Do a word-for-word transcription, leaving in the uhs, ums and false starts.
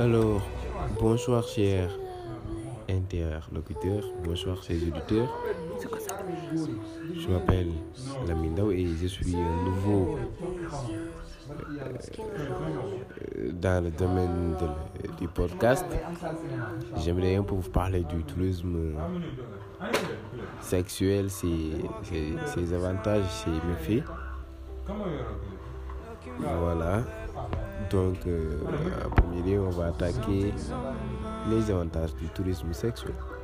Alors, bonsoir chers interlocuteurs, bonsoir chers auditeurs. Je m'appelle Lamine Ndao et je suis un nouveau euh, dans le domaine de- du podcast. J'aimerais un peu vous parler du tourisme sexuel, ses, ses, ses avantages, ses méfaits. Voilà. Donc, euh, en premier lieu, on va attaquer les avantages du tourisme sexuel.